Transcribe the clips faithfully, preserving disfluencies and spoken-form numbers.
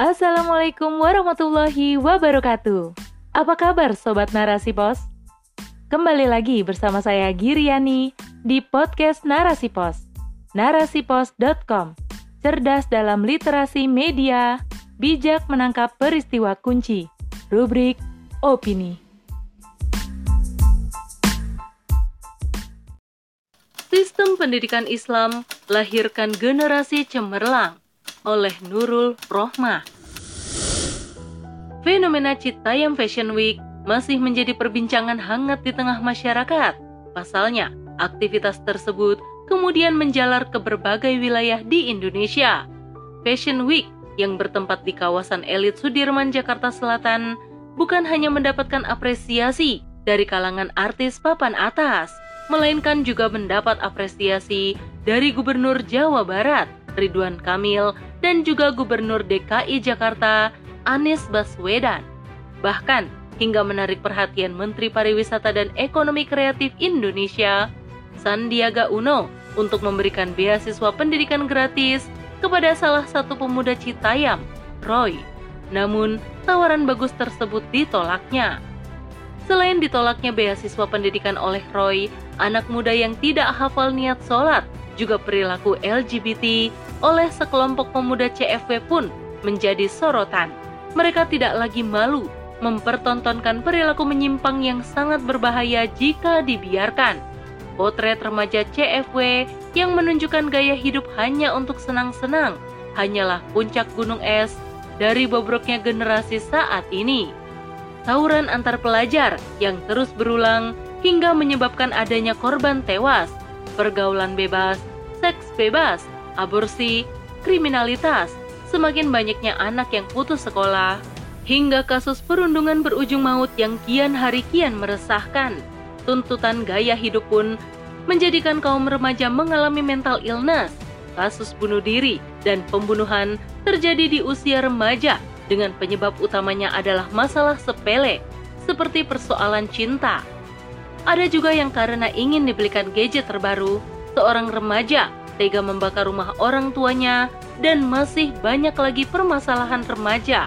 Assalamualaikum warahmatullahi wabarakatuh. Apa kabar Sobat Narasi Pos? Kembali lagi bersama saya Giriani di podcast Narasi Pos, narasipos dot com. Cerdas dalam literasi media, bijak menangkap peristiwa kunci. Rubrik Opini. Sistem pendidikan Islam lahirkan generasi cemerlang oleh Nurul Rohmah. Fenomena Citayam Fashion Week masih menjadi perbincangan hangat di tengah masyarakat. Pasalnya, aktivitas tersebut kemudian menjalar ke berbagai wilayah di Indonesia. Fashion Week yang bertempat di kawasan elit Sudirman, Jakarta Selatan, bukan hanya mendapatkan apresiasi dari kalangan artis papan atas, melainkan juga mendapat apresiasi dari Gubernur Jawa Barat, Ridwan Kamil, dan juga Gubernur D K I Jakarta, Anies Baswedan. Bahkan, hingga menarik perhatian Menteri Pariwisata dan Ekonomi Kreatif Indonesia, Sandiaga Uno, untuk memberikan beasiswa pendidikan gratis kepada salah satu pemuda Citayam, Roy. Namun, tawaran bagus tersebut ditolaknya. Selain ditolaknya beasiswa pendidikan oleh Roy, anak muda yang tidak hafal niat sholat, juga perilaku L G B T oleh sekelompok pemuda C F W pun menjadi sorotan. Mereka tidak lagi malu mempertontonkan perilaku menyimpang yang sangat berbahaya jika dibiarkan. Potret remaja C F W yang menunjukkan gaya hidup hanya untuk senang-senang hanyalah puncak gunung es dari bobroknya generasi saat ini. Tawuran antar pelajar yang terus berulang hingga menyebabkan adanya korban tewas, pergaulan bebas, seks bebas, aborsi, kriminalitas, semakin banyaknya anak yang putus sekolah, hingga kasus perundungan berujung maut yang kian hari kian meresahkan. Tuntutan gaya hidup pun menjadikan kaum remaja mengalami mental illness. Kasus bunuh diri dan pembunuhan terjadi di usia remaja dengan penyebab utamanya adalah masalah sepele, seperti persoalan cinta. Ada juga yang karena ingin dibelikan gadget terbaru, seorang remaja tega membakar rumah orang tuanya, dan masih banyak lagi permasalahan remaja.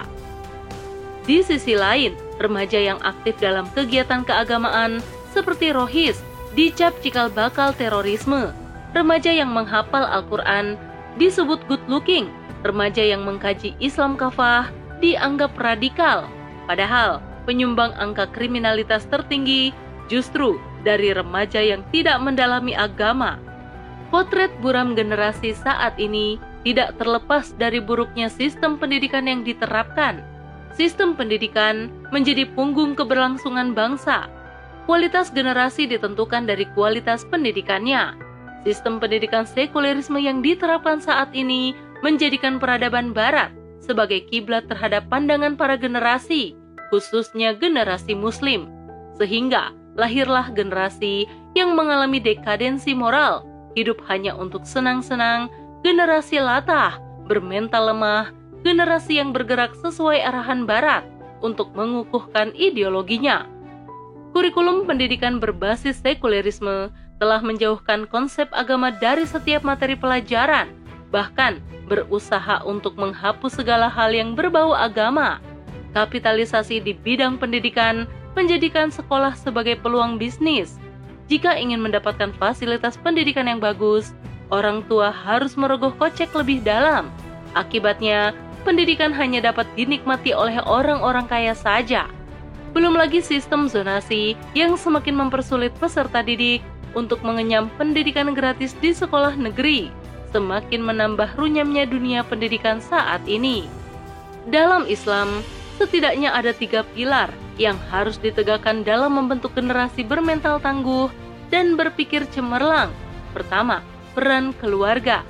Di sisi lain, remaja yang aktif dalam kegiatan keagamaan seperti Rohis dicap cikal bakal terorisme. Remaja yang menghafal Al-Quran disebut good looking. Remaja yang mengkaji Islam kafah dianggap radikal. Padahal penyumbang angka kriminalitas tertinggi justru dari remaja yang tidak mendalami agama. Potret buram generasi saat ini tidak terlepas dari buruknya sistem pendidikan yang diterapkan. Sistem pendidikan menjadi punggung keberlangsungan bangsa. Kualitas generasi ditentukan dari kualitas pendidikannya. Sistem pendidikan sekulerisme yang diterapkan saat ini menjadikan peradaban barat sebagai kiblat terhadap pandangan para generasi, khususnya generasi muslim. Sehingga lahirlah generasi yang mengalami dekadensi moral, hidup hanya untuk senang-senang, generasi latah, bermental lemah, generasi yang bergerak sesuai arahan barat untuk mengukuhkan ideologinya. Kurikulum pendidikan berbasis sekulerisme telah menjauhkan konsep agama dari setiap materi pelajaran, bahkan berusaha untuk menghapus segala hal yang berbau agama. Kapitalisasi di bidang pendidikan menjadikan sekolah sebagai peluang bisnis. Jika ingin mendapatkan fasilitas pendidikan yang bagus, orang tua harus merogoh kocek lebih dalam. Akibatnya, pendidikan hanya dapat dinikmati oleh orang-orang kaya saja. Belum lagi sistem zonasi yang semakin mempersulit peserta didik untuk mengenyam pendidikan gratis di sekolah negeri, semakin menambah runyamnya dunia pendidikan saat ini. Dalam Islam, setidaknya ada tiga pilar yang harus ditegakkan dalam membentuk generasi bermental tangguh dan berpikir cemerlang. Pertama, peran keluarga.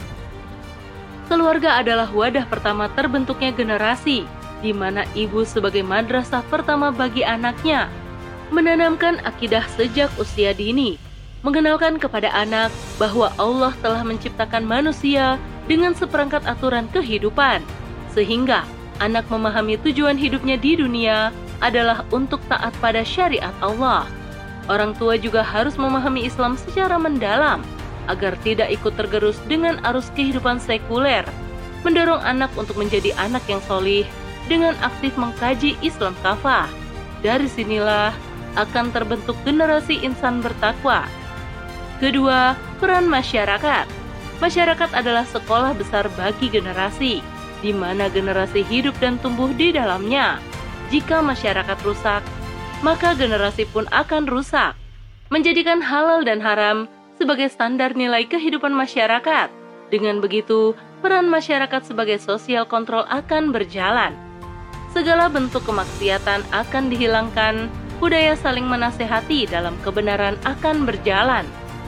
Keluarga adalah wadah pertama terbentuknya generasi, di mana ibu sebagai madrasah pertama bagi anaknya. Menanamkan akidah sejak usia dini, mengenalkan kepada anak bahwa Allah telah menciptakan manusia dengan seperangkat aturan kehidupan, sehingga anak memahami tujuan hidupnya di dunia adalah untuk taat pada syariat Allah. Orang tua juga harus memahami Islam secara mendalam, agar tidak ikut tergerus dengan arus kehidupan sekuler. mendorong anak untuk menjadi anak yang solih dengan aktif mengkaji Islam kafah. Dari sinilah akan terbentuk generasi insan bertakwa. Kedua, peran masyarakat. Masyarakat adalah sekolah besar bagi generasi, di mana generasi hidup dan tumbuh di dalamnya. Jika masyarakat rusak, maka generasi pun akan rusak. Menjadikan halal dan haram sebagai standar nilai kehidupan masyarakat. Dengan begitu, peran masyarakat sebagai sosial kontrol akan berjalan. Segala bentuk kemaksiatan akan dihilangkan, budaya saling menasehati dalam kebenaran akan berjalan.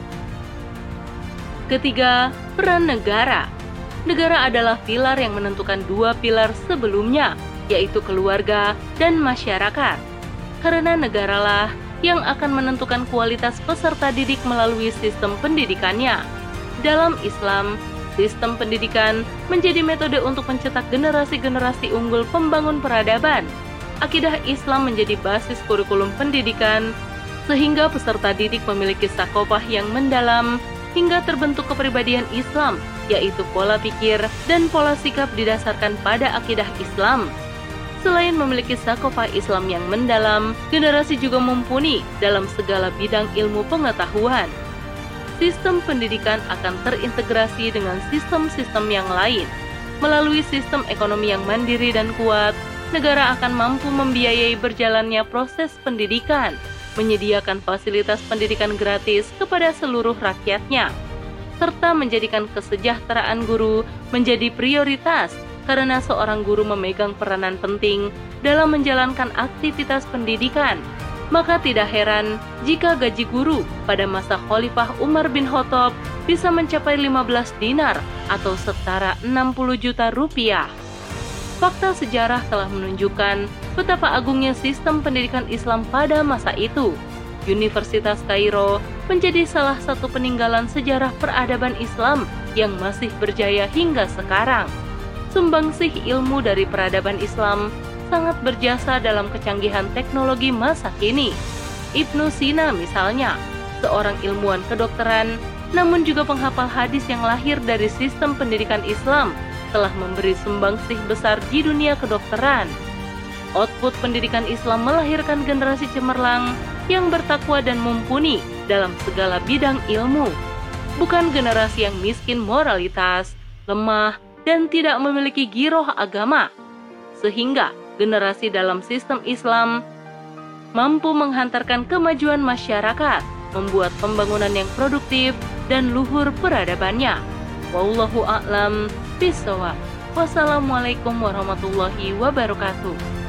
Ketiga, peran negara. Negara adalah pilar yang menentukan dua pilar sebelumnya, yaitu keluarga dan masyarakat. Karena negaralah yang akan menentukan kualitas peserta didik melalui sistem pendidikannya. Dalam Islam, sistem pendidikan menjadi metode untuk mencetak generasi-generasi unggul pembangun peradaban. Akidah Islam menjadi basis kurikulum pendidikan, sehingga peserta didik memiliki sakofah yang mendalam hingga terbentuk kepribadian Islam, yaitu pola pikir dan pola sikap didasarkan pada akidah Islam. Selain memiliki sakofah Islam yang mendalam, generasi juga mumpuni dalam segala bidang ilmu pengetahuan. Sistem pendidikan akan terintegrasi dengan sistem-sistem yang lain. Melalui sistem ekonomi yang mandiri dan kuat, negara akan mampu membiayai berjalannya proses pendidikan, menyediakan fasilitas pendidikan gratis kepada seluruh rakyatnya, serta menjadikan kesejahteraan guru menjadi prioritas karena seorang guru memegang peranan penting dalam menjalankan aktivitas pendidikan. Maka tidak heran jika gaji guru pada masa Khalifah Umar bin Khattab bisa mencapai lima belas dinar atau setara enam puluh juta rupiah. Fakta sejarah telah menunjukkan betapa agungnya sistem pendidikan Islam pada masa itu. Universitas Kairo menjadi salah satu peninggalan sejarah peradaban Islam yang masih berjaya hingga sekarang. Sumbangsih ilmu dari peradaban Islam sangat berjasa dalam kecanggihan teknologi masa kini. Ibnu Sina misalnya, seorang ilmuwan kedokteran, namun juga penghafal hadis yang lahir dari sistem pendidikan Islam, telah memberi sumbangsih besar di dunia kedokteran. Output pendidikan Islam melahirkan generasi cemerlang yang bertakwa dan mumpuni dalam segala bidang ilmu, bukan generasi yang miskin moralitas, lemah, dan tidak memiliki giroh agama. Sehingga generasi dalam sistem Islam mampu menghantarkan kemajuan masyarakat, membuat pembangunan yang produktif dan luhur peradabannya. Wallahu a'lam bishawab. Wassalamualaikum warahmatullahi wabarakatuh.